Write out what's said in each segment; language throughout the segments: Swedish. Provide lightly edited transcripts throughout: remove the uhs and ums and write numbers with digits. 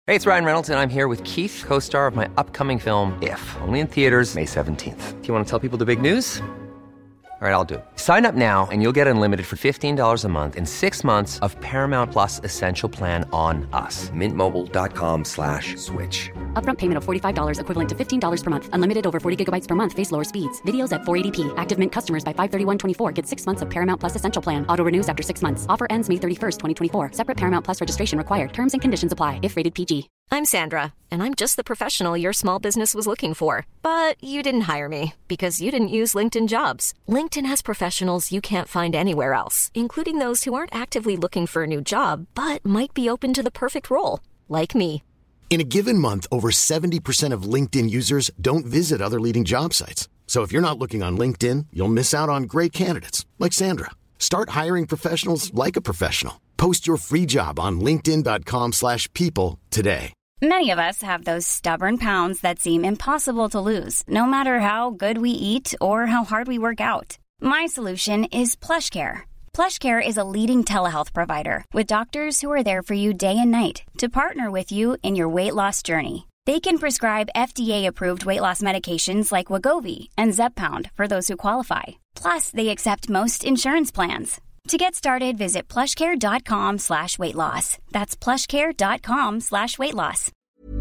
Hey, it's Ryan Reynolds, and I'm here with Keith, co-star of my upcoming film, If, only in theaters May 17th. Do you want to tell people the big news? All right, I'll do it. Sign up now and you'll get unlimited for $15 a month and 6 months of Paramount Plus Essential Plan on us. MintMobile.com/switch. Upfront payment of $45 equivalent to $15 per month. Unlimited over 40 gigabytes per month. Face lower speeds. Videos at 480p. Active Mint customers by 531.24 get 6 months of Paramount Plus Essential Plan. Auto renews after 6 months. Offer ends May 31st, 2024. Separate Paramount Plus registration required. Terms and conditions apply if rated PG. I'm Sandra, and I'm just the professional your small business was looking for. But you didn't hire me because you didn't use LinkedIn Jobs. LinkedIn has professionals you can't find anywhere else, including those who aren't actively looking for a new job, but might be open to the perfect role, like me. In a given month, over 70% of LinkedIn users don't visit other leading job sites. So if you're not looking on LinkedIn, you'll miss out on great candidates like Sandra. Start hiring professionals like a professional. Post your free job on linkedin.com/people today. Many of us have those stubborn pounds that seem impossible to lose, no matter how good we eat or how hard we work out. My solution is PlushCare. PlushCare is a leading telehealth provider with doctors who are there for you day and night to partner with you in your weight loss journey. They can prescribe FDA-approved weight loss medications like Wegovy and Zepbound for those who qualify. Plus, they accept most insurance plans. To get started, visit plushcare.com/weightloss. That's plushcare.com/weightloss.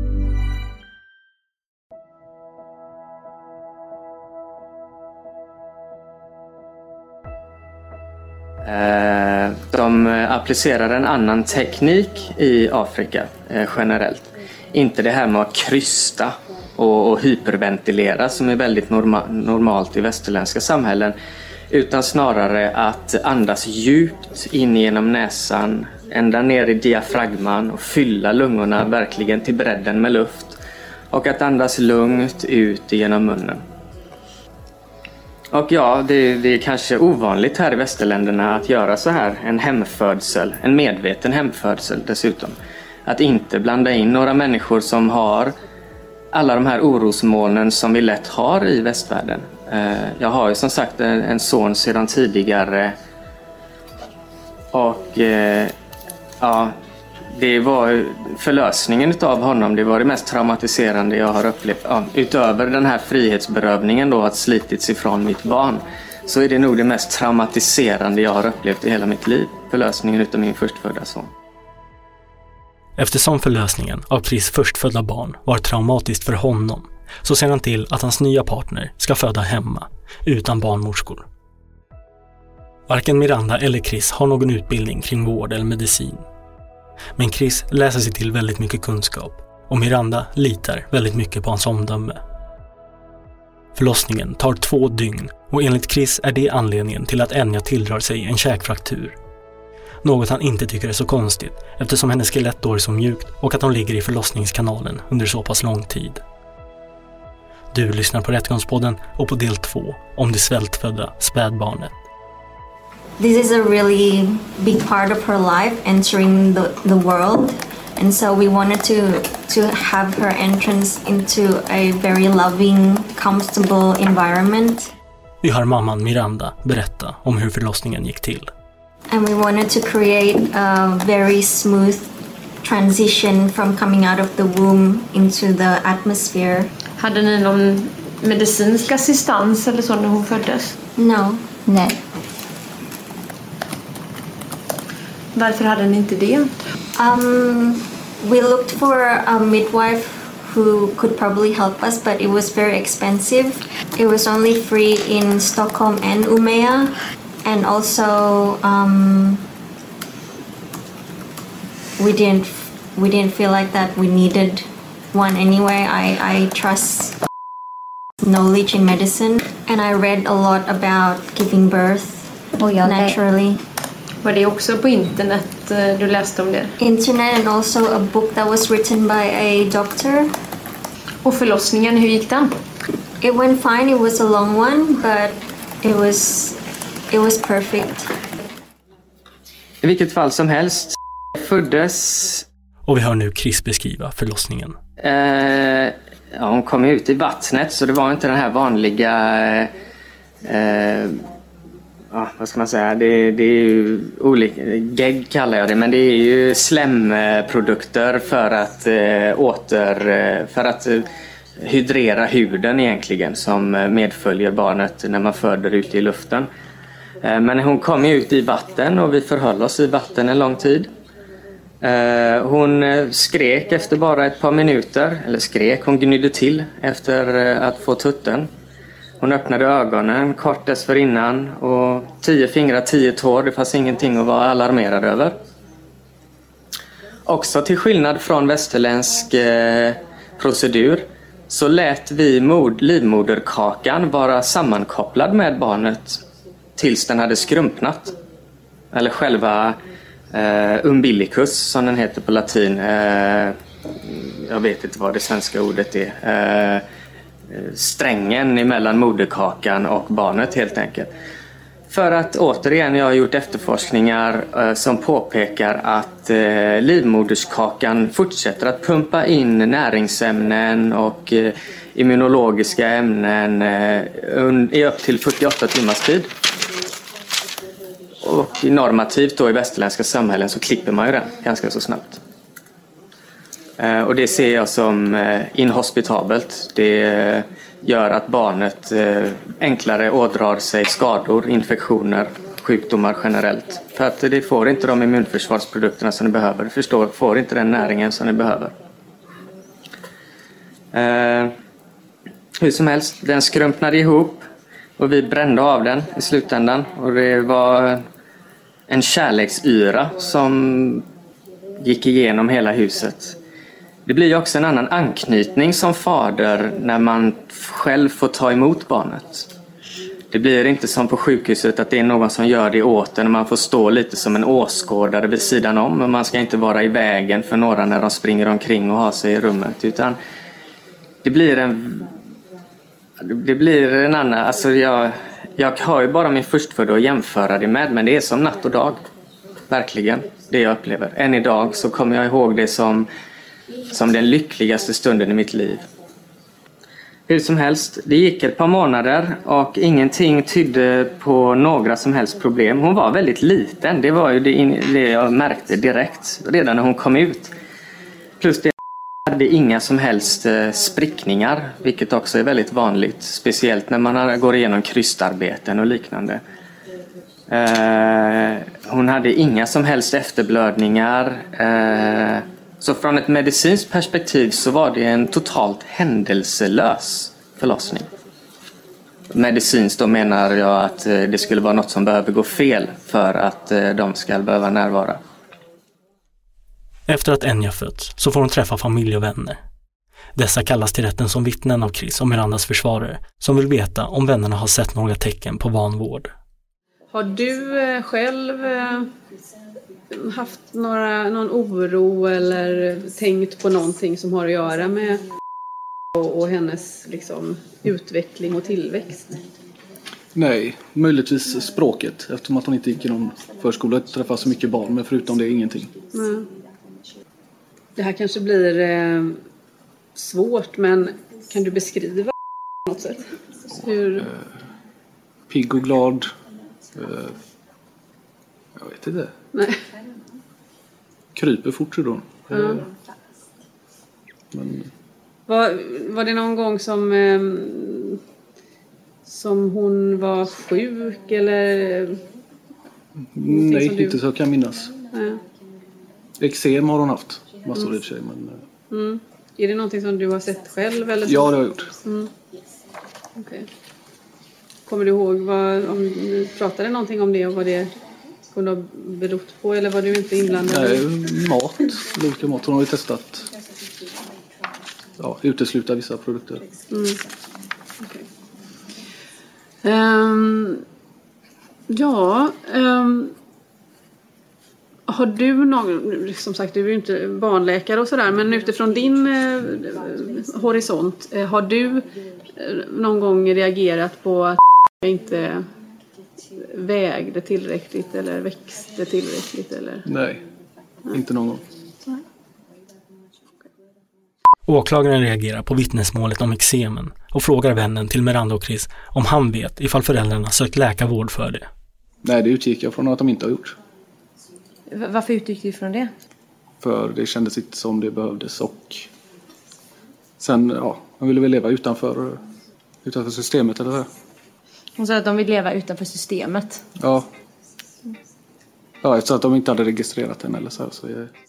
De applicerar en annan teknik i Afrika generellt. Inte det här med att krysta och hyperventilera som är väldigt normalt i västerländska samhällen. Utan snarare att andas djupt in genom näsan, ända ner i diafragman och fylla lungorna verkligen till bredden med luft. Och att andas lugnt ut genom munnen. Och ja, det är kanske ovanligt här i västerländerna att göra så här. En hemfödsel, en medveten hemfödsel dessutom. Att inte blanda in några människor som har alla de här orosmolnen som vi lätt har i västvärlden. Jag har ju som sagt en son sedan tidigare. Och ja, det var förlösningen av honom. Det var det mest traumatiserande jag har upplevt. Ja, utöver den här frihetsberövningen då, att slitits ifrån mitt barn, så är det nog det mest traumatiserande jag har upplevt i hela mitt liv. Förlösningen utav min förstfödda son. Eftersom förlösningen av Chris förstfödda barn var traumatiskt för honom, så ser han till att hans nya partner ska föda hemma, utan barnmorskor. Varken Miranda eller Chris har någon utbildning kring vård eller medicin. Men Chris läser sig till väldigt mycket kunskap och Miranda litar väldigt mycket på hans omdöme. Förlossningen tar 2 dygn och enligt Chris är det anledningen till att Enya tilldrar sig en käkfraktur. Något han inte tycker är så konstigt eftersom hennes skelett då är så mjukt och att hon ligger i förlossningskanalen under så pass lång tid. Du lyssnar på Rättegångspodden och på del 2 om det svältfödda spädbarnet. This is a really big part of her life, entering the world. And so we wanted to have her entrance into a very loving, comfortable environment. Vi hör mamman Miranda berätta om hur förlossningen gick till. And we wanted to create a very smooth transition from coming out of the womb into the atmosphere. Hade ni någon medicinsk assistans eller så när hon föddes? No. Nej. Varför hade ni inte det? We looked for a midwife who could probably help us, but it was very expensive. It was only free in Stockholm and Umeå. And also, we didn't feel like that we needed one anyway. I trust knowledge in medicine, and I read a lot about giving birth naturally. Var det också på internet du läste om det? Internet and also a book that was written by a doctor. Och förlossningen, hur gick den? It went fine. It was a long one, but it was perfect. I vilket fall som helst föddes. Och vi hör nu Chris beskriva förlossningen. Ja, hon kom ut i vattnet, så det var inte den här vanliga vad ska man säga, det är ju olika, gegg kallar jag det, men det är ju slemprodukter för att hydrera huden egentligen, som medföljer barnet när man föder ut i luften. Men hon kom ju ut i vatten och vi förhöll oss i vatten en lång tid. Hon skrek efter bara ett par minuter, hon gnydde till efter att få tutten. Hon öppnade ögonen kort dessförinnan och 10 fingrar, 10 tår, det fanns ingenting att vara alarmerad över. Också till skillnad från västerländsk procedur så lät vi livmoderkakan vara sammankopplad med barnet tills den hade skrumpnat. Eller själva umbilicus som den heter på latin. Jag vet inte vad det svenska ordet är. Strängen emellan moderkakan och barnet helt enkelt. För att återigen, jag har gjort efterforskningar som påpekar att livmoderskakan fortsätter att pumpa in näringsämnen och immunologiska ämnen i upp till 48 timmars tid. Och normativt då i västerländska samhällen så klipper man ju den ganska så snabbt. Och det ser jag som inhospitabelt. Det gör att barnet enklare ådrar sig skador, infektioner, sjukdomar generellt. För att det får inte de immunförsvarsprodukterna som det behöver. Får inte den näringen som det behöver. Hur som helst, den skrumpnade ihop och vi brände av den i slutändan. Och det var en kärleksyra som gick igenom hela huset. Det blir ju också en annan anknytning som fader när man själv får ta emot barnet. Det blir inte som på sjukhuset att det är någon som gör det åt en när man får stå lite som en åskådare vid sidan om. Men man ska inte vara i vägen för några när de springer omkring och har sig i rummet. Utan det blir en annan... Alltså jag har ju bara min förstfödda att jämföra det med, men det är som natt och dag. Verkligen, det jag upplever. Än idag så kommer jag ihåg det som den lyckligaste stunden i mitt liv. Hur som helst, det gick ett par månader och ingenting tydde på några som helst problem. Hon var väldigt liten, det var ju det jag märkte direkt redan när hon kom ut. Plus det hade inga som helst sprickningar, vilket också är väldigt vanligt. Speciellt när man går igenom krystarbeten och liknande. Hon hade inga som helst efterblödningar. Så från ett medicinskt perspektiv så var det en totalt händelselös förlossning. Medicinskt då menar jag att det skulle vara något som behöver gå fel för att de ska behöva närvara. Efter att Enya fötts så får hon träffa familj och vänner. Dessa kallas till rätten som vittnen av Chris och Mirandas försvarare som vill veta om vännerna har sett några tecken på vanvård. Har du själv haft någon oro eller tänkt på någonting som har att göra med och hennes liksom, utveckling och tillväxt? Nej, möjligtvis språket, eftersom att hon inte gick i någon förskola och träffade så mycket barn, men förutom det ingenting. Mm. Det här kanske blir svårt, men kan du beskriva på något sätt? Hur... Pigg och glad. Jag vet inte. Nej. Kryper fort så då. Mm. Men... Var det någon gång som hon var sjuk eller? Nej, inte så jag kan minnas. Nej. Eksem har hon haft massor i och för sig. Men... Är det någonting som du har sett själv? Eller så? Ja, det har jag gjort. Okay. Kommer du ihåg om du pratade någonting om det och vad det kunde ha berott på, eller var du inte inblandad? Nej, olika mat. Hon har ju testat utesluta vissa produkter. Okay. Har du någon, som sagt du är ju inte barnläkare och sådär, men utifrån din horisont, har du någon gång reagerat på att inte vägde tillräckligt eller växte tillräckligt? Eller? Nej, inte någon gång. Åklagaren reagerar på vittnesmålet om eksemen och frågar vännen till Miranda och Chris om han vet ifall föräldrarna sökt läkarvård för det. Nej, det utgick jag från att de inte har gjort. Varför utgick du från det? För det kändes inte som det behövdes och sen, man ville väl leva utanför systemet eller så. Hon sa att de vill leva utanför systemet. Ja. Ja, eftersom att de inte hade registrerat den eller så.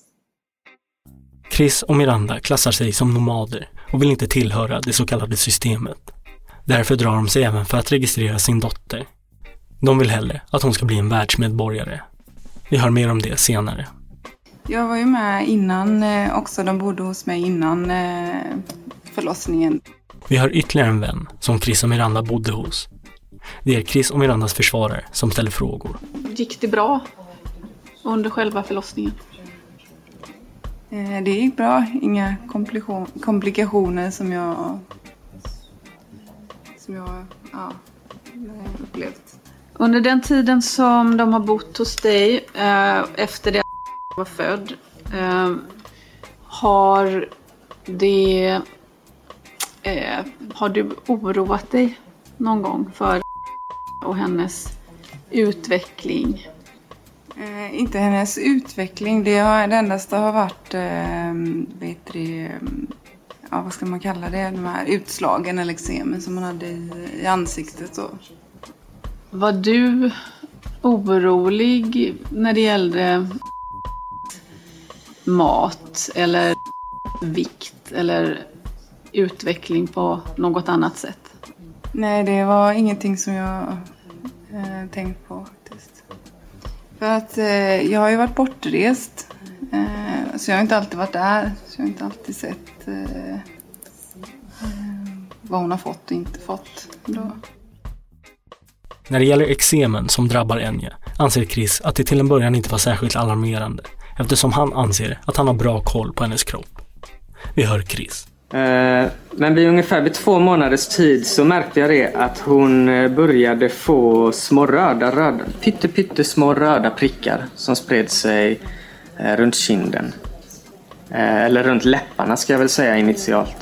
Chris och Miranda klassar sig som nomader och vill inte tillhöra det så kallade systemet. Därför drar de sig även för att registrera sin dotter. De vill hellre att hon ska bli en världsmedborgare. Vi hör mer om det senare. Jag var ju med innan också. De bodde hos mig innan förlossningen. Vi har ytterligare en vän som Chris och Miranda bodde hos. Det är Chris och Mirandas försvarare som ställer frågor. Gick det bra under själva förlossningen? Det gick bra. Inga komplikationer som jag upplevt. Under den tiden som de har bott hos dig, efter det var född, har du oroat dig någon gång för och hennes utveckling? Inte hennes utveckling. Det endaste har varit vad ska man kalla det? De här utslagen eller eksemen som man hade i ansiktet. Och. Var du orolig när det gällde mat eller vikt eller utveckling på något annat sätt? Nej, det var ingenting som jag tänkt på faktiskt. För att jag har ju varit bortrest. Så jag har inte alltid varit där. Så jag har inte alltid sett vad hon har fått och inte fått då. När det gäller eksemen som drabbar Enya anser Chris att det till en början inte var särskilt alarmerande eftersom han anser att han har bra koll på hennes kropp. Vi hör Chris. Men vid 2 månaders tid så märkte jag det att hon började få små pyttesmå röda prickar som spred sig runt kinden. Eller runt läpparna ska jag väl säga initialt.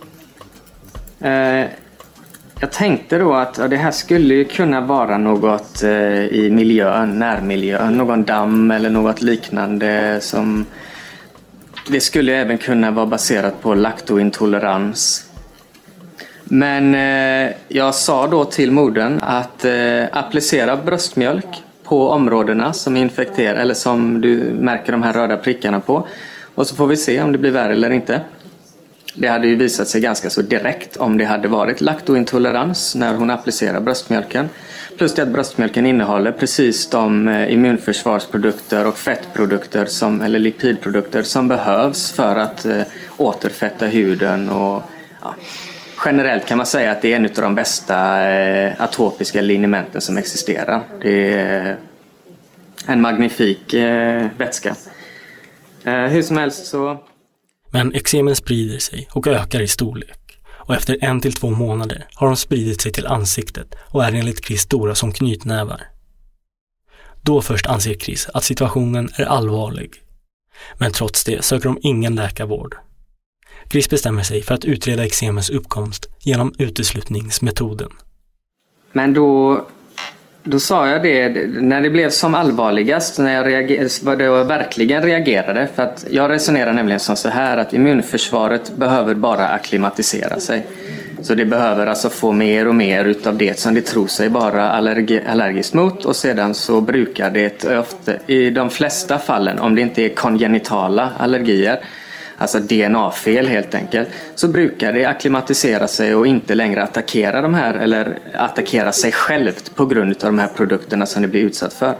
Jag tänkte då att det här skulle ju kunna vara något i miljön, närmiljön, någon damm eller något liknande som... Det skulle även kunna vara baserat på laktointolerans. Men jag sa då till modern att applicera bröstmjölk på områdena som infekterar eller som du märker de här röda prickarna på. Och så får vi se om det blir värre eller inte. Det hade ju visat sig ganska så direkt om det hade varit laktointolerans när hon applicerar bröstmjölken. Plus det att bröstmjölken innehåller precis de immunförsvarsprodukter och fettprodukter eller lipidprodukter som behövs för att återfetta huden. Och, generellt kan man säga att det är en av de bästa atopiska linimenten som existerar. Det är en magnifik vätska. Hur som helst så... Men eksemen sprider sig och ökar i storlek. Och efter 1 till 2 månader har de spridit sig till ansiktet och är enligt Chris stora som knytnävar. Då först anser Chris att situationen är allvarlig. Men trots det söker de ingen läkarvård. Chris bestämmer sig för att utreda eksemens uppkomst genom uteslutningsmetoden. Men då sa jag det när det blev som allvarligast, när jag verkligen reagerade. För att jag resonerar nämligen som så här att immunförsvaret behöver bara akklimatisera sig. Så det behöver alltså få mer och mer utav det som det tror sig vara allergiskt mot. Och sedan så brukar det i de flesta fallen, om det inte är kongenitala allergier, alltså DNA-fel helt enkelt, så brukar det akklimatisera sig och inte längre attackera de här eller attackera sig självt på grund av de här produkterna som det blir utsatt för.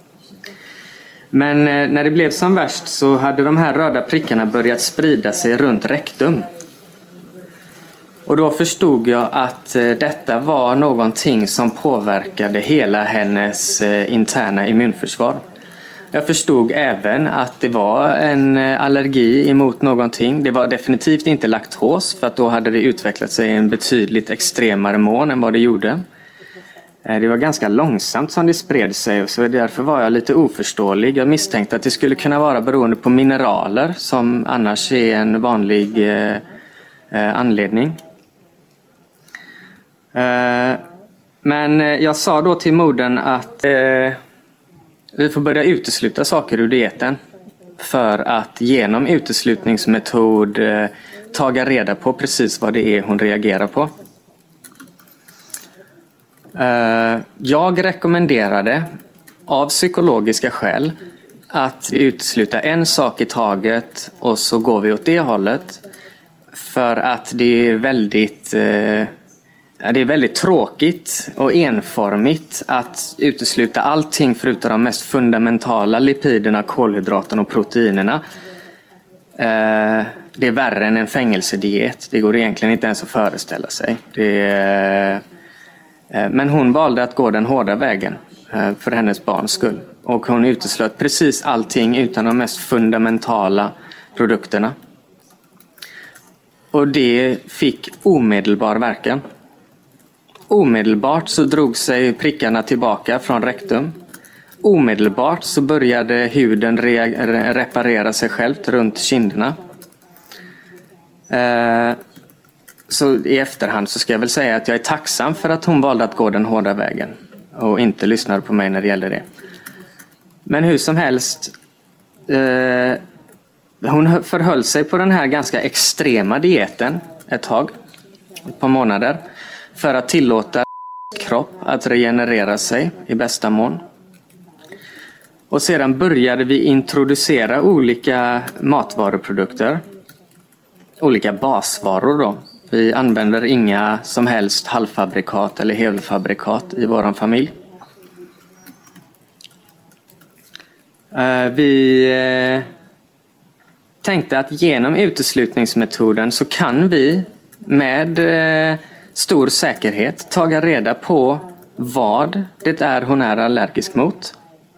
Men när det blev som värst så hade de här röda prickarna börjat sprida sig runt rektum. Och då förstod jag att detta var någonting som påverkade hela hennes interna immunförsvar. Jag förstod även att det var en allergi emot någonting. Det var definitivt inte laktos, för att då hade det utvecklat sig i en betydligt extremare mån än vad det gjorde. Det var ganska långsamt som det spred sig, och så därför var jag lite oförståelig. Jag misstänkte att det skulle kunna vara beroende på mineraler som annars är en vanlig anledning. Men jag sa då till modern att vi får börja utesluta saker ur dieten. För att genom uteslutningsmetod taga reda på precis vad det är hon reagerar på. Jag rekommenderade av psykologiska skäl att utesluta en sak i taget och så går vi åt det hållet. För att det är väldigt tråkigt och enformigt att utesluta allting förutom de mest fundamentala lipiderna, kolhydraterna och proteinerna. Det är värre än en fängelsediet. Det går egentligen inte ens att föreställa sig. Men hon valde att gå den hårda vägen för hennes barns skull. Och hon uteslöt precis allting utan de mest fundamentala produkterna. Och det fick omedelbar verkan. Omedelbart så drog sig prickarna tillbaka från rektum. Omedelbart så började huden reparera sig självt runt kinderna. Så i efterhand så ska jag väl säga att jag är tacksam för att hon valde att gå den hårda vägen. Och inte lyssnade på mig när det gällde det. Men hur som helst. Hon förhöll sig på den här ganska extrema dieten ett tag. Ett par månader. För att tillåta kropp att regenerera sig i bästa mån. Och sedan började vi introducera olika matvaruprodukter. Olika basvaror då. Vi använder inga som helst halvfabrikat eller helfabrikat i våran familj. Vi tänkte att genom uteslutningsmetoden så kan vi med stor säkerhet taga reda på vad det är hon är allergisk mot.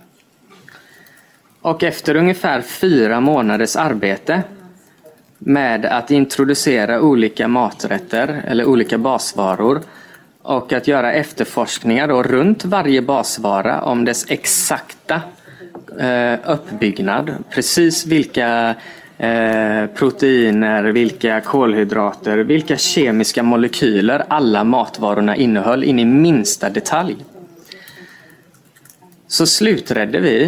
Och efter ungefär 4 månaders arbete med att introducera olika maträtter eller olika basvaror och att göra efterforskningar då runt varje basvara om dess exakta uppbyggnad. Precis vilka proteiner, vilka kolhydrater, vilka kemiska molekyler alla matvarorna innehöll in i minsta detalj. Så slutrönte vi,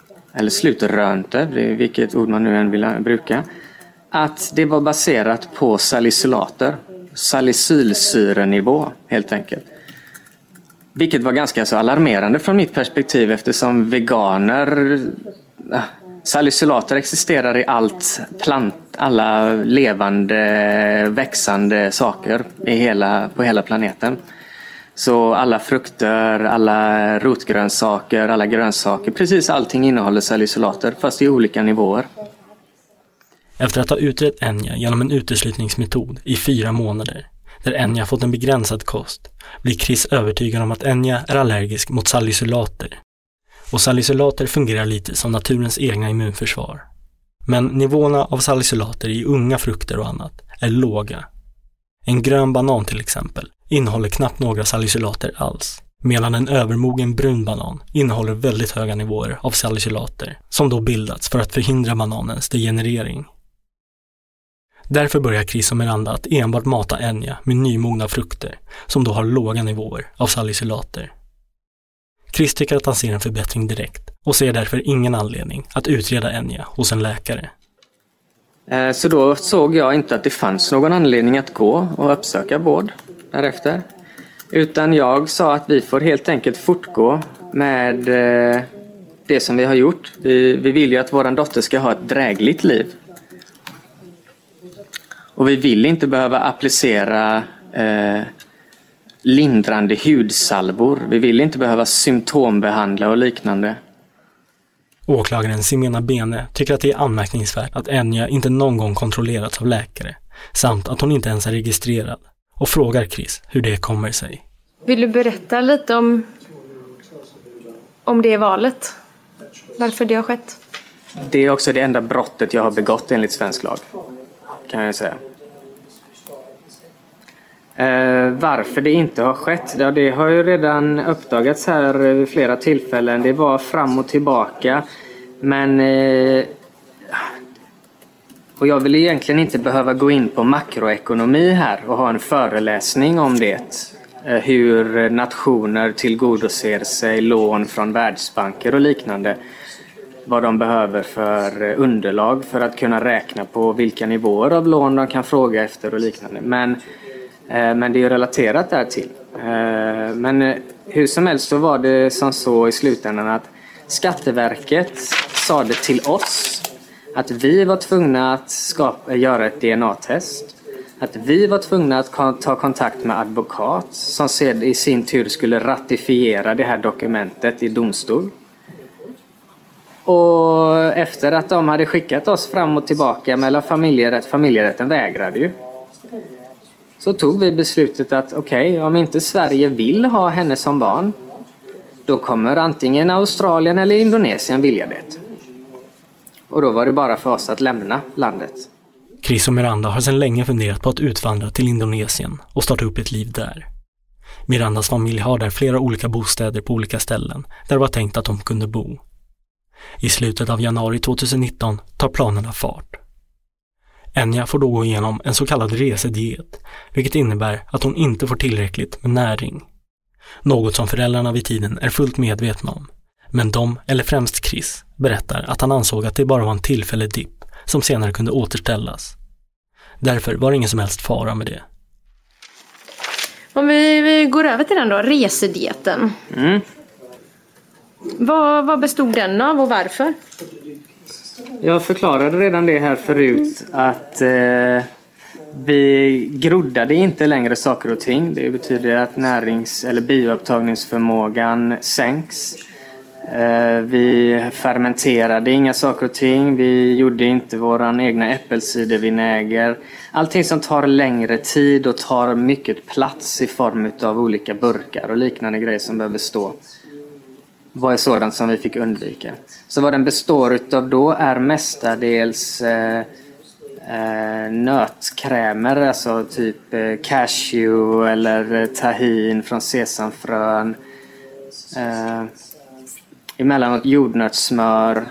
vilket ord man nu än vill bruka, att det var baserat på salicylater, salicylsyrenivå helt enkelt. Vilket var ganska så alarmerande från mitt perspektiv eftersom veganer, salicylater existerar i alla levande, växande saker på hela planeten. Så alla frukter, alla rotgrönsaker, alla grönsaker, precis allting innehåller salicylater fast i olika nivåer. Efter att ha utrett Enya genom en uteslutningsmetod i 4 månader, där Enya fått en begränsad kost, blir Chris övertygad om att Enya är allergisk mot salicylater. Och salicylater fungerar lite som naturens egna immunförsvar. Men nivåerna av salicylater i unga frukter och annat är låga. En grön banan till exempel innehåller knappt några salicylater alls, medan en övermogen brun banan innehåller väldigt höga nivåer av salicylater som då bildats för att förhindra bananens degenerering. Därför börjar Chris och Miranda att enbart mata Enya med nymogna frukter som då har låga nivåer av salicylater. Chris tycker att han ser en förbättring direkt och ser därför ingen anledning att utreda Enya hos en läkare. Så då såg jag inte att det fanns någon anledning att gå och uppsöka vård därefter. Utan jag sa att vi får helt enkelt fortgå med det som vi har gjort. Vi vill ju att vår dotter ska ha ett drägligt liv. Och vi vill inte behöva applicera lindrande hudsalvor. Vi vill inte behöva symptombehandla och liknande. Åklagaren Simena Bene tycker att det är anmärkningsvärt att Enya inte någon gång kontrollerats av läkare samt att hon inte ens är registrerad och frågar Chris hur det kommer sig. Vill du berätta lite om det valet? Varför det har skett? Det är också det enda brottet jag har begått enligt svensk lag, kan jag säga. Varför det inte har skett, ja, det har ju redan uppdagats här vid flera tillfällen. Det var fram och tillbaka. Men och jag vill egentligen inte behöva gå in på makroekonomi här och ha en föreläsning om det. hur nationer tillgodoser sig lån från världsbanker och liknande. Vad de behöver för underlag för att kunna räkna på vilka nivåer av lån de kan fråga efter och liknande. Men det är ju relaterat där till. Men hur som helst så var det som så i slutändan att Skatteverket sa det till oss att vi var tvungna att göra ett DNA-test. Att vi var tvungna att ta kontakt med advokat som sedan i sin tur skulle ratifiera det här dokumentet i domstol. Och efter att de hade skickat oss fram och tillbaka mellan familjerätten vägrade ju. Så tog vi beslutet att om inte Sverige vill ha henne som barn, då kommer antingen Australien eller Indonesien vilja det. Och då var det bara för oss att lämna landet. Chris och Miranda har sedan länge funderat på att utvandra till Indonesien och starta upp ett liv där. Mirandas familj har där flera olika bostäder på olika ställen där det var tänkt att de kunde bo. I slutet av januari 2019 tar planerna fart. Enya får då gå igenom en så kallad resediet, vilket innebär att hon inte får tillräckligt med näring. Något som föräldrarna vid tiden är fullt medvetna om. Men de, eller främst Chris, berättar att han ansåg att det bara var en tillfällig dipp som senare kunde återställas. Därför var det ingen som helst fara med det. Om vi går över till den då, resedieten. Vad bestod den av och varför? Jag förklarade redan det här förut att vi groddade inte längre saker och ting. Det betyder att eller bioupptagningsförmågan sänks. Vi fermenterade inga saker och ting. Vi gjorde inte våran egna äppelcidervinäger. Allting som tar längre tid och tar mycket plats i form av olika burkar och liknande grejer som behöver stå. Vad är sådant som vi fick undvika. Så vad den består utav då är mestadels nötkrämer, alltså typ cashew eller tahin från sesamfrön. Emellanåt jordnötssmör.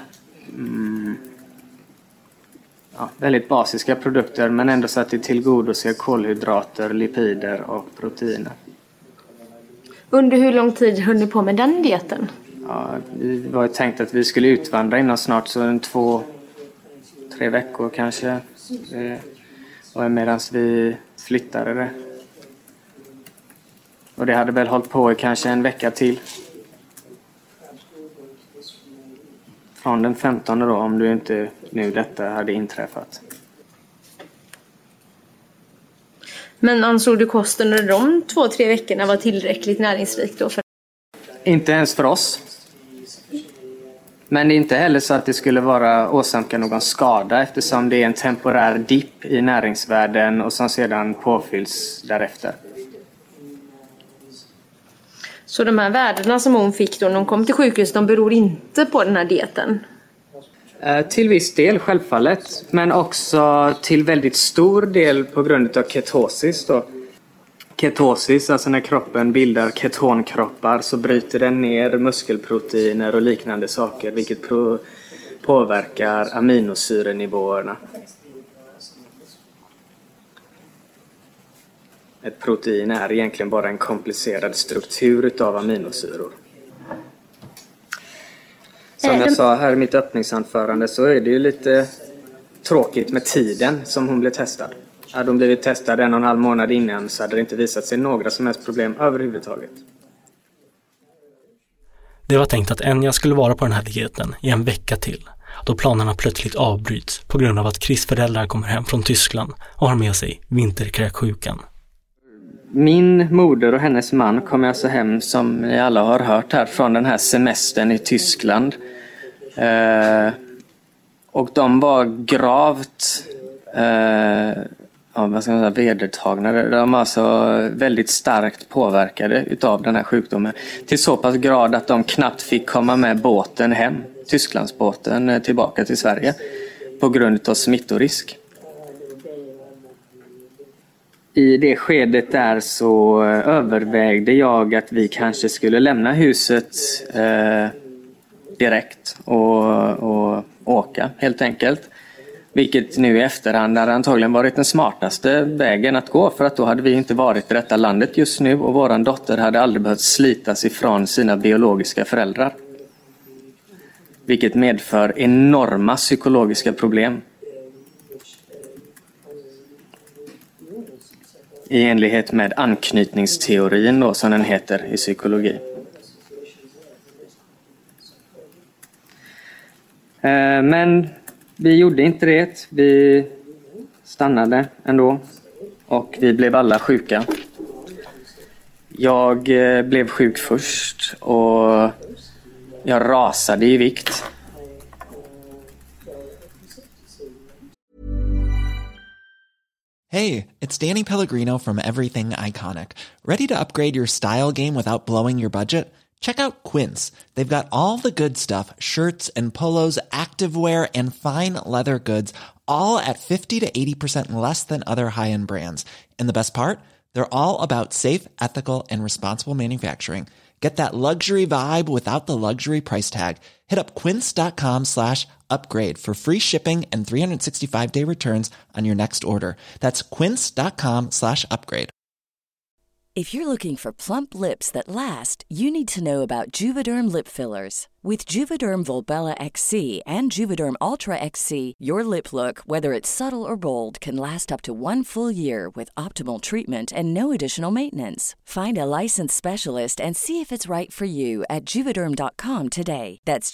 Väldigt basiska produkter, men ändå så att det tillgodoser kolhydrater, lipider och proteiner. Under hur lång tid höll ni på med den dieten? Ja, vi var ju tänkt att vi skulle utvandra inom snart så 2-3 veckor kanske. Och medan vi flyttade det. Och det hade väl hållit på i kanske en vecka till. Från den 15 då, om du inte nu detta hade inträffat. Men ansåg du kosten under de 2-3 veckorna var tillräckligt näringsrik då? Inte ens för oss. Men det är inte heller så att det skulle åsamka någon skada eftersom det är en temporär dipp i näringsvärden och som sedan påfylls därefter. Så de här värdena som hon fick då när hon kom till sjukhus, de beror inte på den här dieten? Till viss del självfallet, men också till väldigt stor del på grund av ketosis då. Ketosis, alltså när kroppen bildar ketonkroppar så bryter den ner muskelproteiner och liknande saker, vilket påverkar aminosyrenivåerna. Ett protein är egentligen bara en komplicerad struktur utav aminosyror. Som jag sa här i mitt öppningsanförande så är det ju lite tråkigt med tiden som hon blev testad. Hade hon blivit testad 1,5 månad innan så hade det inte visat sig några som helst problem överhuvudtaget. Det var tänkt att Enya skulle vara på den här dieten i en vecka till, då planerna plötsligt avbryts på grund av att Chris föräldrar kommer hem från Tyskland och har med sig vinterkräksjukan. Min moder och hennes man kom alltså hem, som ni alla har hört här, från den här semestern i Tyskland. Och de var gravt vedertagna. De var alltså väldigt starkt påverkade utav den här sjukdomen. Till så pass grad att de knappt fick komma med båten hem, Tysklandsbåten, tillbaka till Sverige på grund av smittorisk. I det skedet där så övervägde jag att vi kanske skulle lämna huset direkt och åka helt enkelt. Vilket nu i efterhand hade antagligen varit den smartaste vägen att gå, för att då hade vi inte varit i detta landet just nu och våran dotter hade aldrig behövt slitas ifrån sina biologiska föräldrar. Vilket medför enorma psykologiska problem. I enlighet med anknytningsteorin då, som den heter i psykologi. Men vi gjorde inte det. Vi stannade ändå. Och vi blev alla sjuka. Jag blev sjuk först och jag rasade i vikt. Hey, it's Danny Pellegrino from Everything Iconic. Ready to upgrade your style game without blowing your budget? Check out Quince. They've got all the good stuff, shirts and polos, activewear and fine leather goods, all at 50 to 80% less than other high-end brands. And the best part? They're all about safe, ethical, and responsible manufacturing. Get that luxury vibe without the luxury price tag. Hit up quince.com/upgrade for free shipping and 365-day returns on your next order. That's quince.com/upgrade. If you're looking for plump lips that last, you need to know about Juvederm lip fillers. With Juvederm Volbella XC and Juvederm Ultra XC, your lip look, whether it's subtle or bold, can last up to 1 full year with optimal treatment and no additional maintenance. Find a licensed specialist and see if it's right for you at Juvederm.com today. That's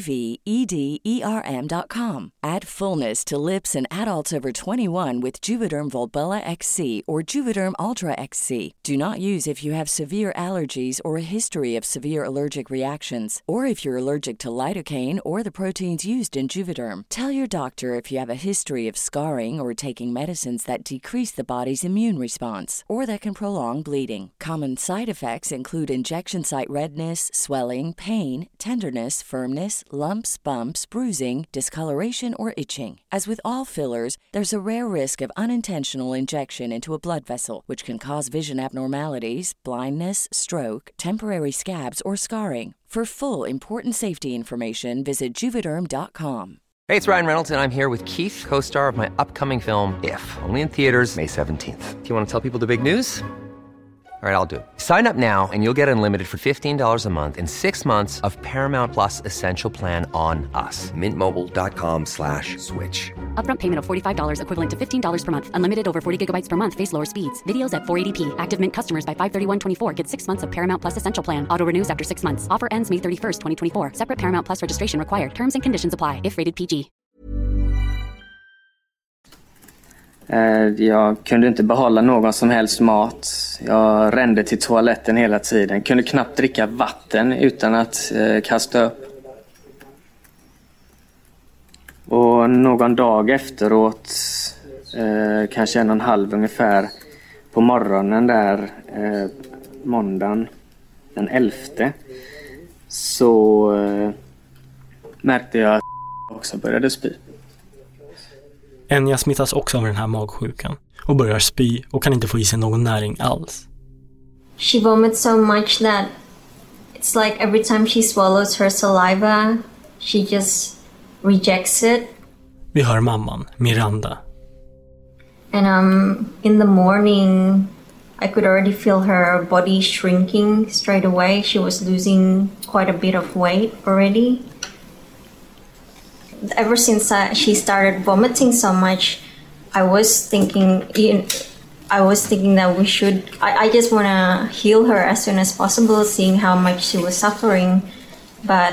JUVEDERM.com. Add fullness to lips in adults over 21 with Juvederm Volbella XC or Juvederm Ultra XC. Do not use if you have severe allergies or a history of severe allergic reactions, or if you're allergic to lidocaine or the proteins used in Juvederm. Tell your doctor if you have a history of scarring or taking medicines that decrease the body's immune response or that can prolong bleeding. Common side effects include injection site redness, swelling, pain, tenderness, firmness, lumps, bumps, bruising, discoloration, or itching. As with all fillers, there's a rare risk of unintentional injection into a blood vessel, which can cause vision abnormalities, blindness, stroke, temporary scabs, or scarring. For full important safety information, visit Juvederm.com. Hey, it's Ryan Reynolds, and I'm here with Keith, co-star of my upcoming film, If, only in theaters May 17th. Do you want to tell people the big news? All right, I'll do it. Sign up now and you'll get unlimited for $15 a month and 6 months of Paramount Plus Essential Plan on us. Mintmobile.com/switch. Upfront payment of $45 equivalent to $15 per month. Unlimited over 40 gigabytes per month. Face lower speeds. Videos at 480p. Active Mint customers by 531.24 get 6 months of Paramount Plus Essential Plan. Auto renews after 6 months. Offer ends May 31st, 2024. Separate Paramount Plus registration required. Terms and conditions apply if rated PG. Jag kunde inte behålla någon som helst mat. Jag rände till toaletten hela tiden. Kunde knappt dricka vatten utan att kasta upp. Och någon dag efteråt, kanske 1,5 ungefär, på morgonen där, måndagen den 11, så märkte jag att också började spy. Enya smittas också av den här magsjukan och börjar spy och kan inte få i sig någon näring alls. She vomits so much that it's like every time she swallows her saliva, she just rejects it. Vi hör mamman, Miranda. And in the morning, I could already feel her body shrinking straight away. She was losing quite a bit of weight already. Ever since she started vomiting so much, I was thinking that we should. I just want to heal her as soon as possible, seeing how much she was suffering. But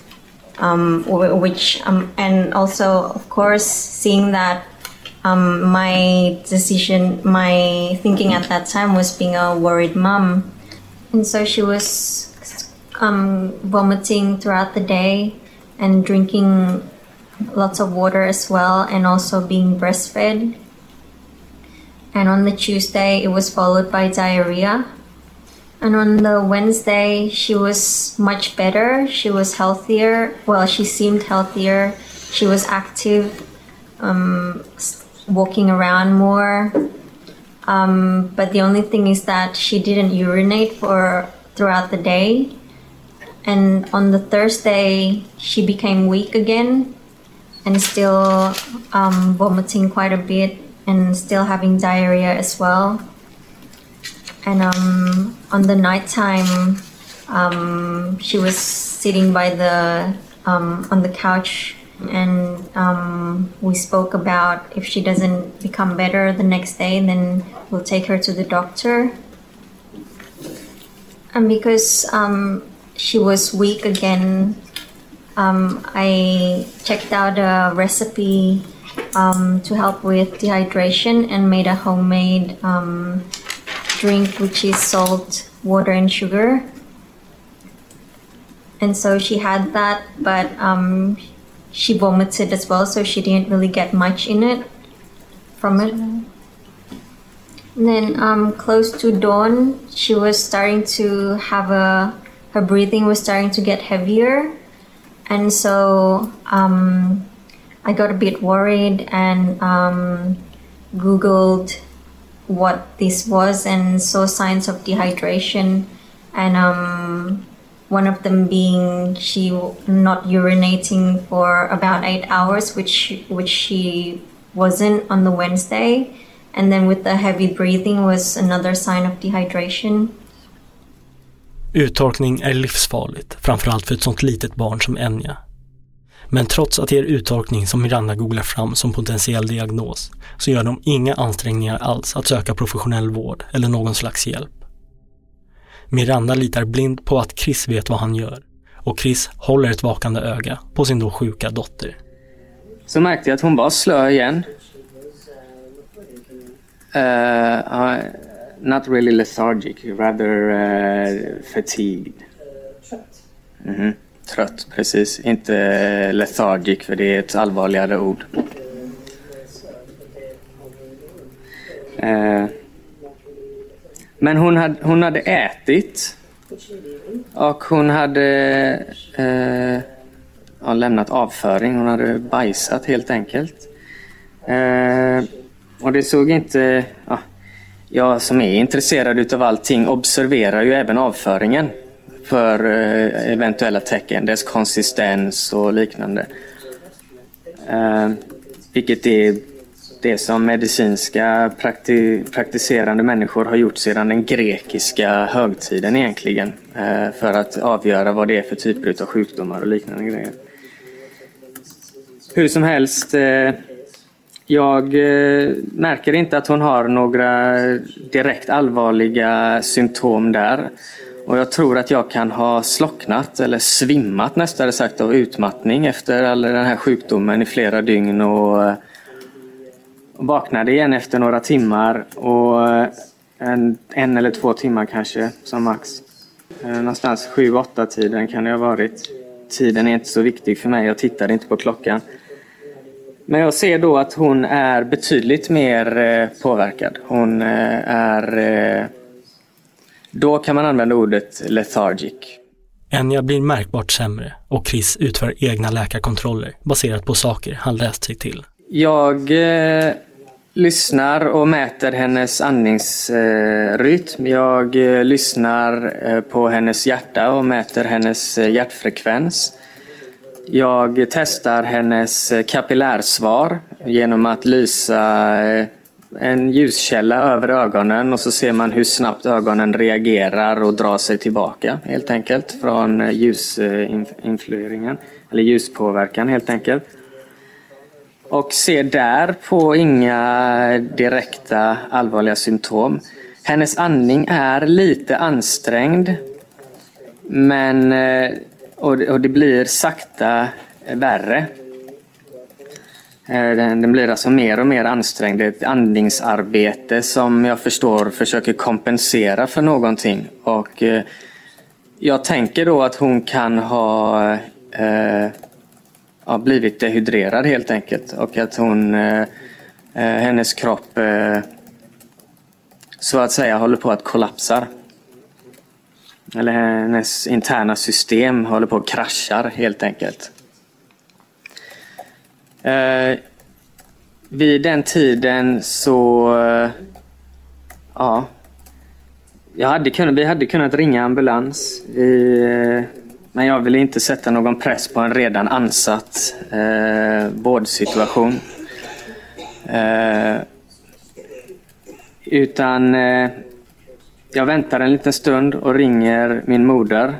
and also, of course, seeing that my thinking at that time was being a worried mom, and so she was vomiting throughout the day and drinking lots of water as well, and also being breastfed. And on the Tuesday, it was followed by diarrhea. And on the Wednesday, she was much better. She was healthier. Well, she seemed healthier. She was active, walking around more. But the only thing is that she didn't urinate throughout the day. And on the Thursday, she became weak again. and still vomiting quite a bit and still having diarrhea as well. And on the nighttime, she was sitting by the on the couch, and we spoke about if she doesn't become better the next day, then we'll take her to the doctor. And because she was weak again, I checked out a recipe to help with dehydration and made a homemade drink, which is salt, water, and sugar. And so she had that, but she vomited as well, so she didn't really get much in it from it. And then close to dawn, she was starting to have her breathing was starting to get heavier. And so I got a bit worried and Googled what this was and saw signs of dehydration, and one of them being she not urinating for about 8 hours, which she wasn't on the Wednesday, and then with the heavy breathing was another sign of dehydration. Uttorkning är livsfarligt, framförallt för ett sånt litet barn som Enya. Men trots att det är uttorkning som Miranda googlar fram som potentiell diagnos, så gör de inga ansträngningar alls att söka professionell vård eller någon slags hjälp. Miranda litar blind på att Chris vet vad han gör, och Chris håller ett vakande öga på sin då sjuka dotter. Så märkte jag att hon var slö igen. Not really lethargic, rather fatigued. Trött, precis. Inte lethargic, för det är ett allvarligare ord. Men hon hade ätit. Och hon hade lämnat avföring. Hon hade bajsat helt enkelt. Och det såg inte... Jag som är intresserad utav allting observerar ju även avföringen för eventuella tecken, dess konsistens och liknande. Vilket är det som medicinska praktiserande människor har gjort sedan den grekiska högtiden egentligen, för att avgöra vad det är för typer av sjukdomar och liknande grejer. Hur som helst, jag märker inte att hon har några direkt allvarliga symptom där. Och jag tror att jag kan ha slocknat eller svimmat nästan sagt av utmattning efter all den här sjukdomen i flera dygn, och vaknade igen efter några timmar, och en eller 2 timmar kanske som max. Någonstans 7-8 tiden kan det ha varit. Tiden är inte så viktig för mig, jag tittade inte på klockan. Men jag ser då att hon är betydligt mer påverkad. Hon är... Då kan man använda ordet lethargic. Enya blir märkbart sämre, och Chris utför egna läkarkontroller baserat på saker han läst sig till. Jag lyssnar och mäter hennes andningsrytm. Jag lyssnar på hennes hjärta och mäter hennes hjärtfrekvens. Jag testar hennes kapillärsvar genom att lysa en ljuskälla över ögonen, och så ser man hur snabbt ögonen reagerar och drar sig tillbaka helt enkelt från ljusinflueringen eller ljuspåverkan helt enkelt. Och ser där på inga direkta allvarliga symptom. Hennes andning är lite ansträngd, men och det blir sakta värre. Den blir alltså mer och mer ansträngd. Det är ett andningsarbete som jag förstår försöker kompensera för någonting. Och jag tänker då att hon kan ha blivit dehydrerad helt enkelt. Och att hennes kropp så att säga håller på att kollapsa. Eller hennes interna system håller på att krascha helt enkelt. Vid den tiden så vi hade kunnat ringa ambulans. Men jag ville inte sätta någon press på en redan ansatt vårdsituation. Utan jag väntar en liten stund och ringer min moder.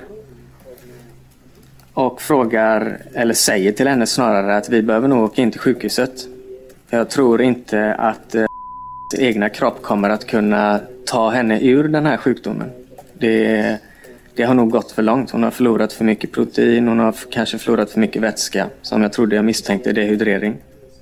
Och frågar, eller säger till henne snarare, att vi behöver nog åka in till sjukhuset. För jag tror inte att egna kropp kommer att kunna ta henne ur den här sjukdomen. Det har nog gått för långt. Hon har förlorat för mycket protein. Hon har kanske förlorat för mycket vätska. Som jag misstänkte dehydrering.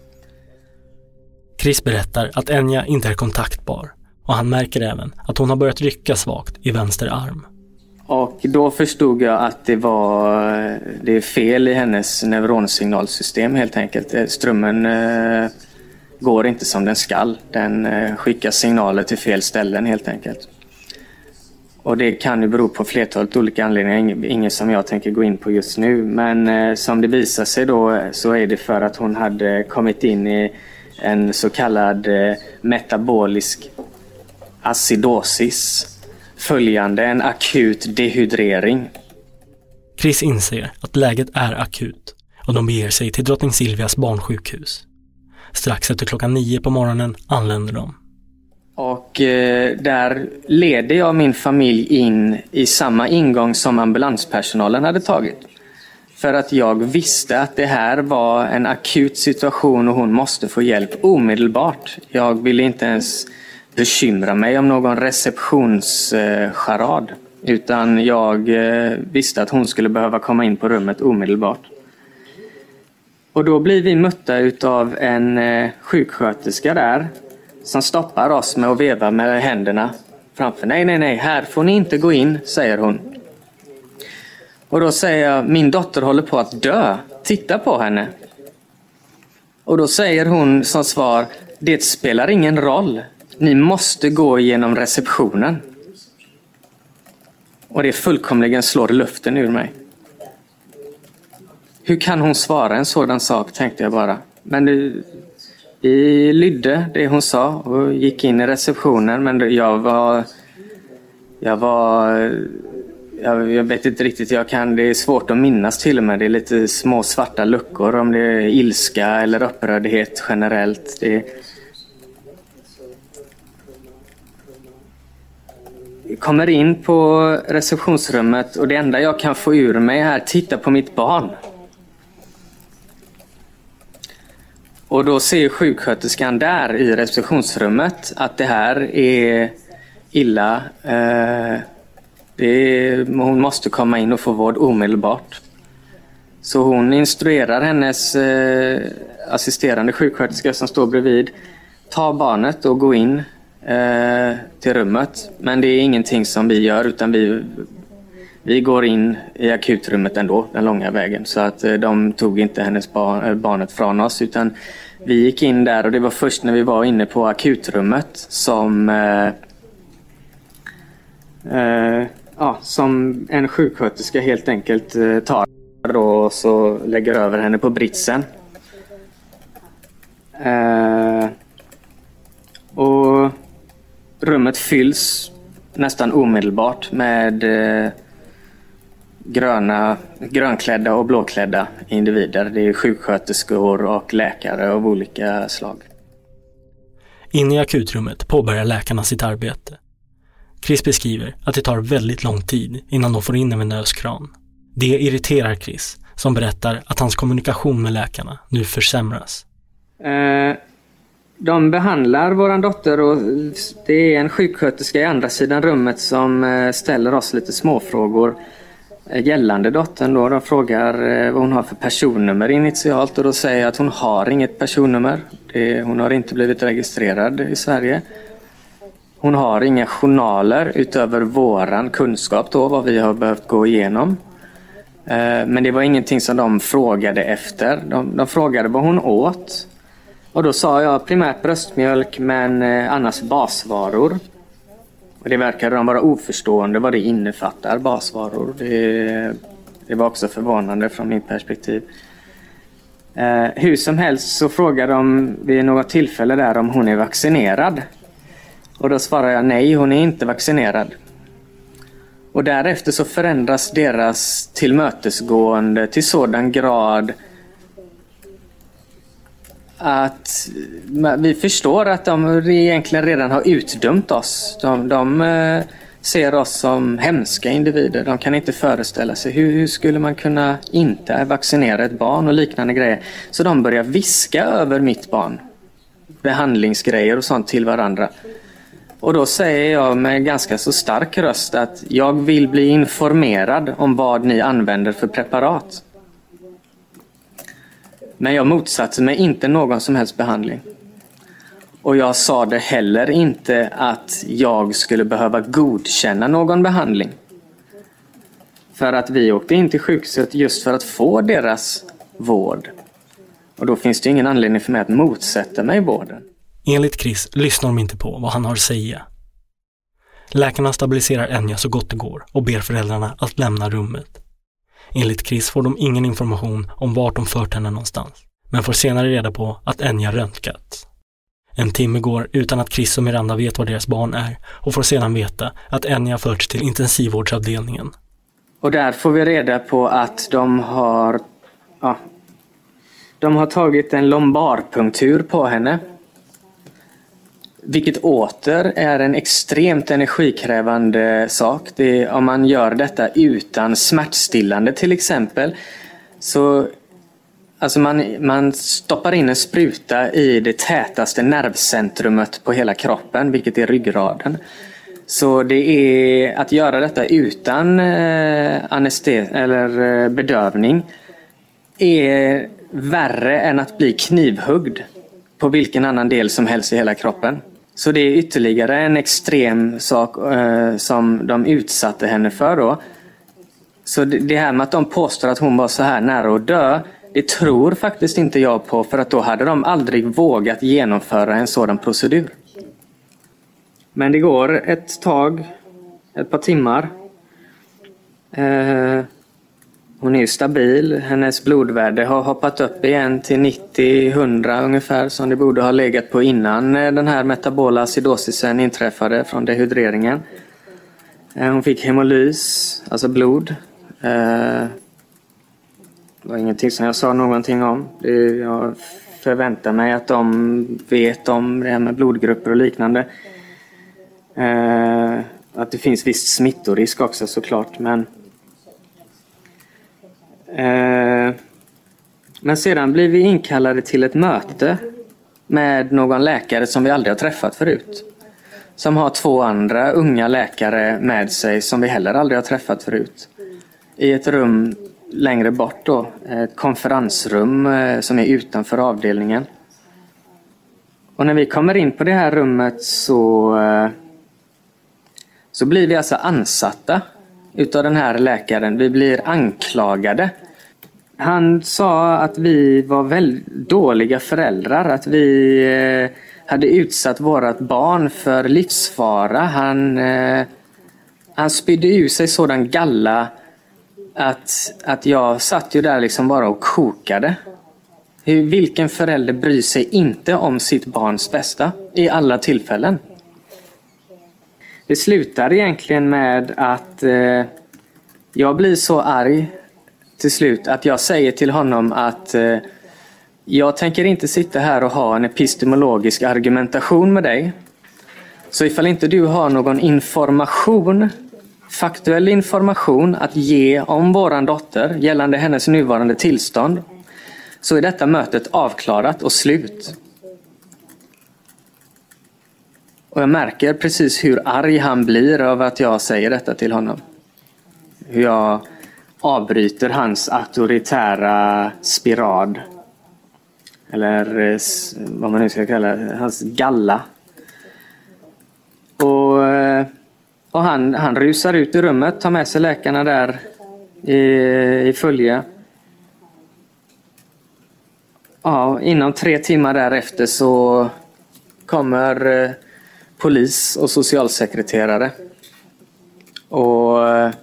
Chris berättar att Enya inte är kontaktbar. Och han märker även att hon har börjat rycka svagt i vänster arm. Och då förstod jag att det är fel i hennes neuronsignalsystem helt enkelt. Strömmen går inte som den skall. Den skickar signaler till fel ställen helt enkelt. Och det kan ju bero på flertalet olika anledningar. Ingen som jag tänker gå in på just nu. Men som det visar sig då så är det för att hon hade kommit in i en så kallad metabolisk acidosis. Följande en akut dehydrering. Chris inser att läget är akut och de beger sig till Drottning Silvias barnsjukhus. Strax efter 9:00 på morgonen anländer de. Och där leder jag min familj in i samma ingång som ambulanspersonalen hade tagit. För att jag visste att det här var en akut situation och hon måste få hjälp omedelbart. Jag ville inte ens bekymra mig om någon receptionscharad. Utan jag visste att hon skulle behöva komma in på rummet omedelbart. Och då blir vi mötta utav en sjuksköterska där. Som stoppar oss med att veva med händerna framför. Nej, här får ni inte gå in, säger hon. Och då säger jag, min dotter håller på att dö. Titta på henne. Och då säger hon som svar, det spelar ingen roll. Ni måste gå igenom receptionen. Och det fullkomligen slår luften ur mig. Hur kan hon svara en sådan sak, tänkte jag bara. Men vi lydde det hon sa och gick in i receptionen. Men jag vet inte riktigt, det är svårt att minnas till och med. Det är lite små svarta luckor om det är ilska eller upprördhet generellt. Jag kommer in på receptionsrummet och det enda jag kan få ur mig är att titta på mitt barn. Och då ser sjuksköterskan där i receptionsrummet att det här är illa. Hon måste komma in och få vård omedelbart. Så hon instruerar hennes assisterande sjuksköterska som står bredvid. Ta barnet och gå in till rummet. Men det är ingenting som vi gör, utan vi går in i akutrummet ändå, den långa vägen. Så att de tog inte hennes barnet från oss, utan vi gick in där. Och det var först när vi var inne på akutrummet som en sjuksköterska helt enkelt tar då och så lägger över henne på britsen. Och rummet fylls nästan omedelbart med grönklädda och blåklädda individer. Det är sjuksköterskor och läkare av olika slag. Inne i akutrummet påbörjar läkarna sitt arbete. Chris beskriver att det tar väldigt lång tid innan de får in en venös kran. Det irriterar Chris, som berättar att hans kommunikation med läkarna nu försämras. De behandlar våran dotter och det är en sjuksköterska i andra sidan rummet som ställer oss lite småfrågor gällande dottern. Då. De frågar vad hon har för personnummer initialt och då säger jag att hon har inget personnummer. Hon har inte blivit registrerad i Sverige. Hon har inga journaler utöver våran kunskap då, vad vi har behövt gå igenom. Men det var ingenting som de frågade efter. De frågade vad hon åt. Och då sa jag primärt bröstmjölk men annars basvaror. Och det verkade de vara oförstående vad det innefattar, basvaror. Det var också förvånande från min perspektiv. Hur som helst så frågade de vid något tillfälle där om hon är vaccinerad. Och då svarade jag nej, hon är inte vaccinerad. Och därefter så förändras deras tillmötesgående till sådan grad att vi förstår att de egentligen redan har utdömt oss. De ser oss som hemska individer. De kan inte föreställa sig hur skulle man kunna inte vaccinera ett barn och liknande grejer. Så de börjar viska över mitt barn. Behandlingsgrejer och sånt till varandra. Och då säger jag med ganska så stark röst att jag vill bli informerad om vad ni använder för preparat. Men jag motsatte mig inte någon som helst behandling. Och jag sa det heller inte att jag skulle behöva godkänna någon behandling. För att vi åkte in till sjukhuset just för att få deras vård. Och då finns det ingen anledning för mig att motsätta mig vården. Enligt Chris lyssnar de inte på vad han har att säga. Läkarna stabiliserar Enya så gott det går och ber föräldrarna att lämna rummet. Enligt Chris får de ingen information om vart de fört henne någonstans, men får senare reda på att Enya röntgats. En timme går utan att Chris och Miranda vet vad deras barn är och får sedan veta att Enya förts till intensivvårdsavdelningen. Och där får vi reda på att de har tagit en lumbalpunktur på henne. Vilket åter är en extremt energikrävande sak. Om man gör detta utan smärtstillande till exempel. Så alltså man stoppar in en spruta i det tätaste nervcentrumet på hela kroppen, vilket är ryggraden. Så det är att göra detta utan anestesi eller bedövning är värre än att bli knivhuggd på vilken annan del som helst i hela kroppen. Så det är ytterligare en extrem sak som de utsatte henne för då. Så det här med att de påstår att hon var så här nära att dö, det tror faktiskt inte jag på, för att då hade de aldrig vågat genomföra en sådan procedur. Men det går ett par timmar. Hon är ju stabil. Hennes blodvärde har hoppat upp igen till 90-100 ungefär, som det borde ha legat på innan den här metabola acidosisen inträffade från dehydreringen. Hon fick hemolys, alltså blod. Det var ingenting som jag sa någonting om. Jag förväntar mig att de vet om det här med blodgrupper och liknande. Att det finns viss smittorisk också såklart, men sedan blir vi inkallade till ett möte med någon läkare som vi aldrig har träffat förut. Som har 2 andra unga läkare med sig som vi heller aldrig har träffat förut. I ett rum längre bort då, ett konferensrum som är utanför avdelningen. Och när vi kommer in på det här rummet så blir vi alltså ansatta utav den här läkaren. Vi blir anklagade. Han sa att vi var väldigt dåliga föräldrar. Att vi hade utsatt vårat barn för livsfara. Han spydde ur sig sådan galla att jag satt ju där liksom bara och kokade. Vilken förälder bryr sig inte om sitt barns bästa i alla tillfällen? Det slutar egentligen med att jag blir så arg till slut att jag säger till honom att jag tänker inte sitta här och ha en epistemologisk argumentation med dig. Så ifall inte du har någon information, faktuell information att ge om våran dotter gällande hennes nuvarande tillstånd, så är detta mötet avklarat och slut. Och jag märker precis hur arg han blir av att jag säger detta till honom. Hur jag avbryter hans auktoritära spirad. Eller vad man nu ska kalla det, hans galla. Och han rusar ut i rummet, tar med sig läkarna där i följe. Ja, inom 3 timmar därefter så kommer polis och socialsekreterare. Och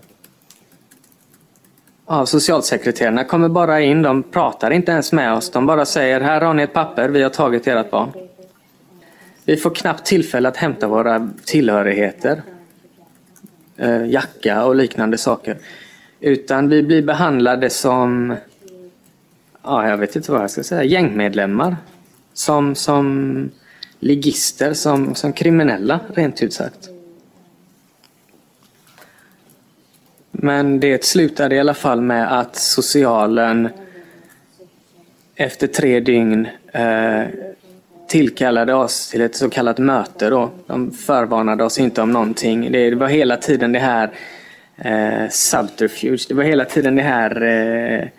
socialsekreterarna kommer bara in, de pratar inte ens med oss. De bara säger, här har ni ett papper, vi har tagit ert barn. Vi får knappt tillfälle att hämta våra tillhörigheter. jacka och liknande saker. Utan vi blir behandlade som, jag vet inte vad jag ska säga, gängmedlemmar. Som ligister, som kriminella, rent ut sagt. Men det slutade i alla fall med att socialen efter 3 dygn tillkallade oss till ett så kallat möte då. De förvarnade oss inte om någonting. Det var hela tiden det här subterfuge. Det var hela tiden det här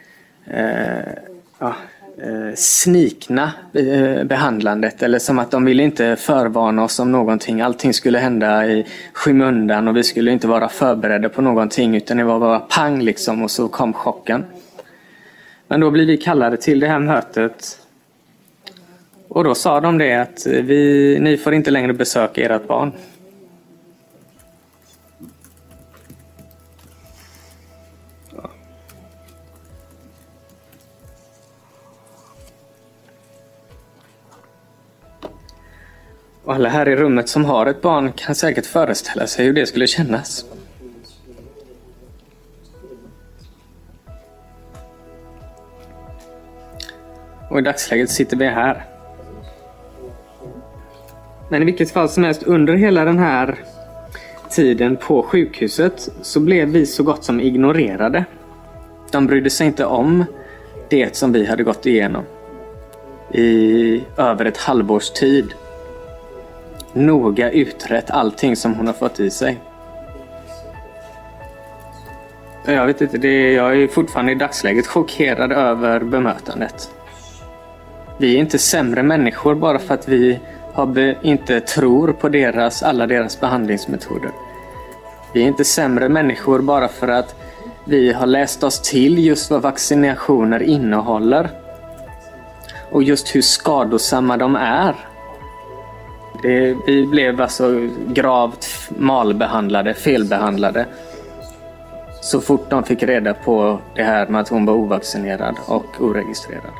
snikna behandlandet. Eller som att de ville inte förvarna oss om någonting. Allting skulle hända i skymundan och vi skulle inte vara förberedda på någonting. Utan det var bara pang liksom, och så kom chocken. Men då blev vi kallade till det här mötet. Och då sa de det att ni får inte längre besöka ert barn. Och alla här i rummet som har ett barn kan säkert föreställa sig hur det skulle kännas. Och i dagsläget sitter vi här. Men i vilket fall som helst, under hela den här tiden på sjukhuset så blev vi så gott som ignorerade. De brydde sig inte om det som vi hade gått igenom i över ett halvårs tid. Noga utrett allting som hon har fått i sig. Jag vet inte, jag är fortfarande i dagsläget chockerad över bemötandet. Vi är inte sämre människor bara för att vi inte tror på alla deras behandlingsmetoder. Vi är inte sämre människor bara för att vi har läst oss till just vad vaccinationer innehåller. Och just hur skadosamma de är. Vi blev alltså gravt malbehandlade, felbehandlade. Så fort de fick reda på det här med att hon var ovaccinerad och oregistrerad.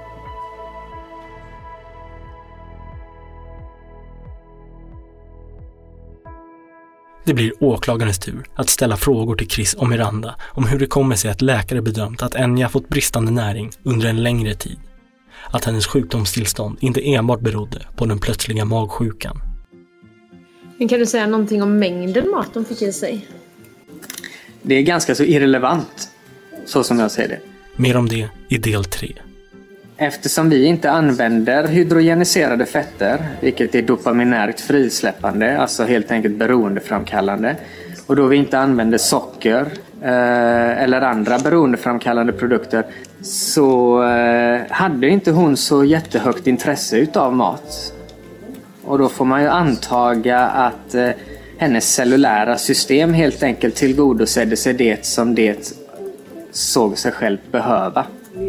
Det blir åklagarens tur att ställa frågor till Chris och Miranda om hur det kommer sig att läkare bedömt att Enya fått bristande näring under en längre tid. Att hennes sjukdomstillstånd inte enbart berodde på den plötsliga magsjukan. Men kan du säga någonting om mängden mat de fick i sig? Det är ganska så irrelevant, så som jag ser det. Mer om det i del 3. Eftersom vi inte använder hydrogeniserade fetter, vilket är dopaminärt frisläppande, alltså helt enkelt beroendeframkallande, och då vi inte använder socker eller andra beroendeframkallande produkter, så hade inte hon så jättehögt intresse utav mat. Och då får man ju antaga att hennes cellulära system helt enkelt tillgodosedde sig det som det såg sig själv behöva.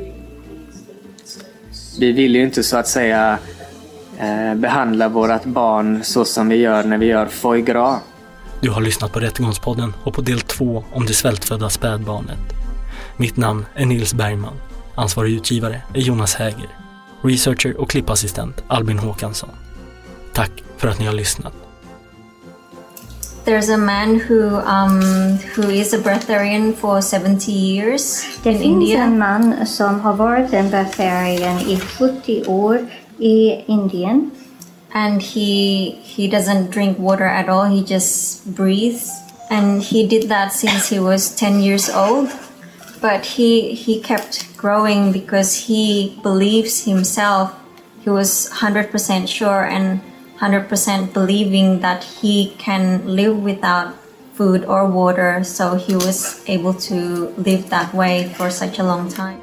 Vi vill ju inte så att säga behandla vårat barn så som vi gör när vi gör foie gras. Du har lyssnat på Rättegångspodden och på del 2 om det svältfödda spädbarnet. Mitt namn är Nils Bergman. Ansvarig utgivare är Jonas Häger. Researcher och klippassistent Albin Håkansson. Tack för att ni har lyssnat. There's a man who is a breatharian for 70 years in India. Det finns en man som har varit en breatharian i 70 år i Indien. And he doesn't drink water at all, he just breathes. And he did that since he was 10 years old. But he kept growing because he believes himself. He was 100% sure and 100% believing that he can live without food or water. So he was able to live that way for such a long time.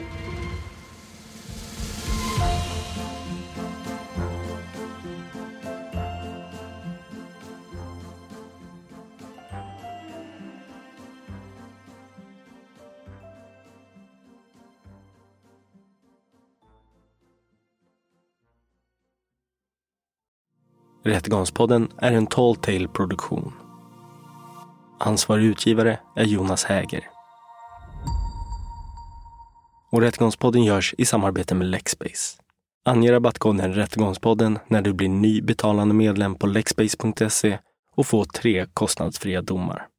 Rättegångspodden är en Tall Tale-produktion. Ansvarig utgivare är Jonas Häger. Och Rättegångspodden görs i samarbete med Lexbase. Ange rabattkoden Rättegångspodden när du blir ny betalande medlem på lexbase.se och få 3 kostnadsfria domar.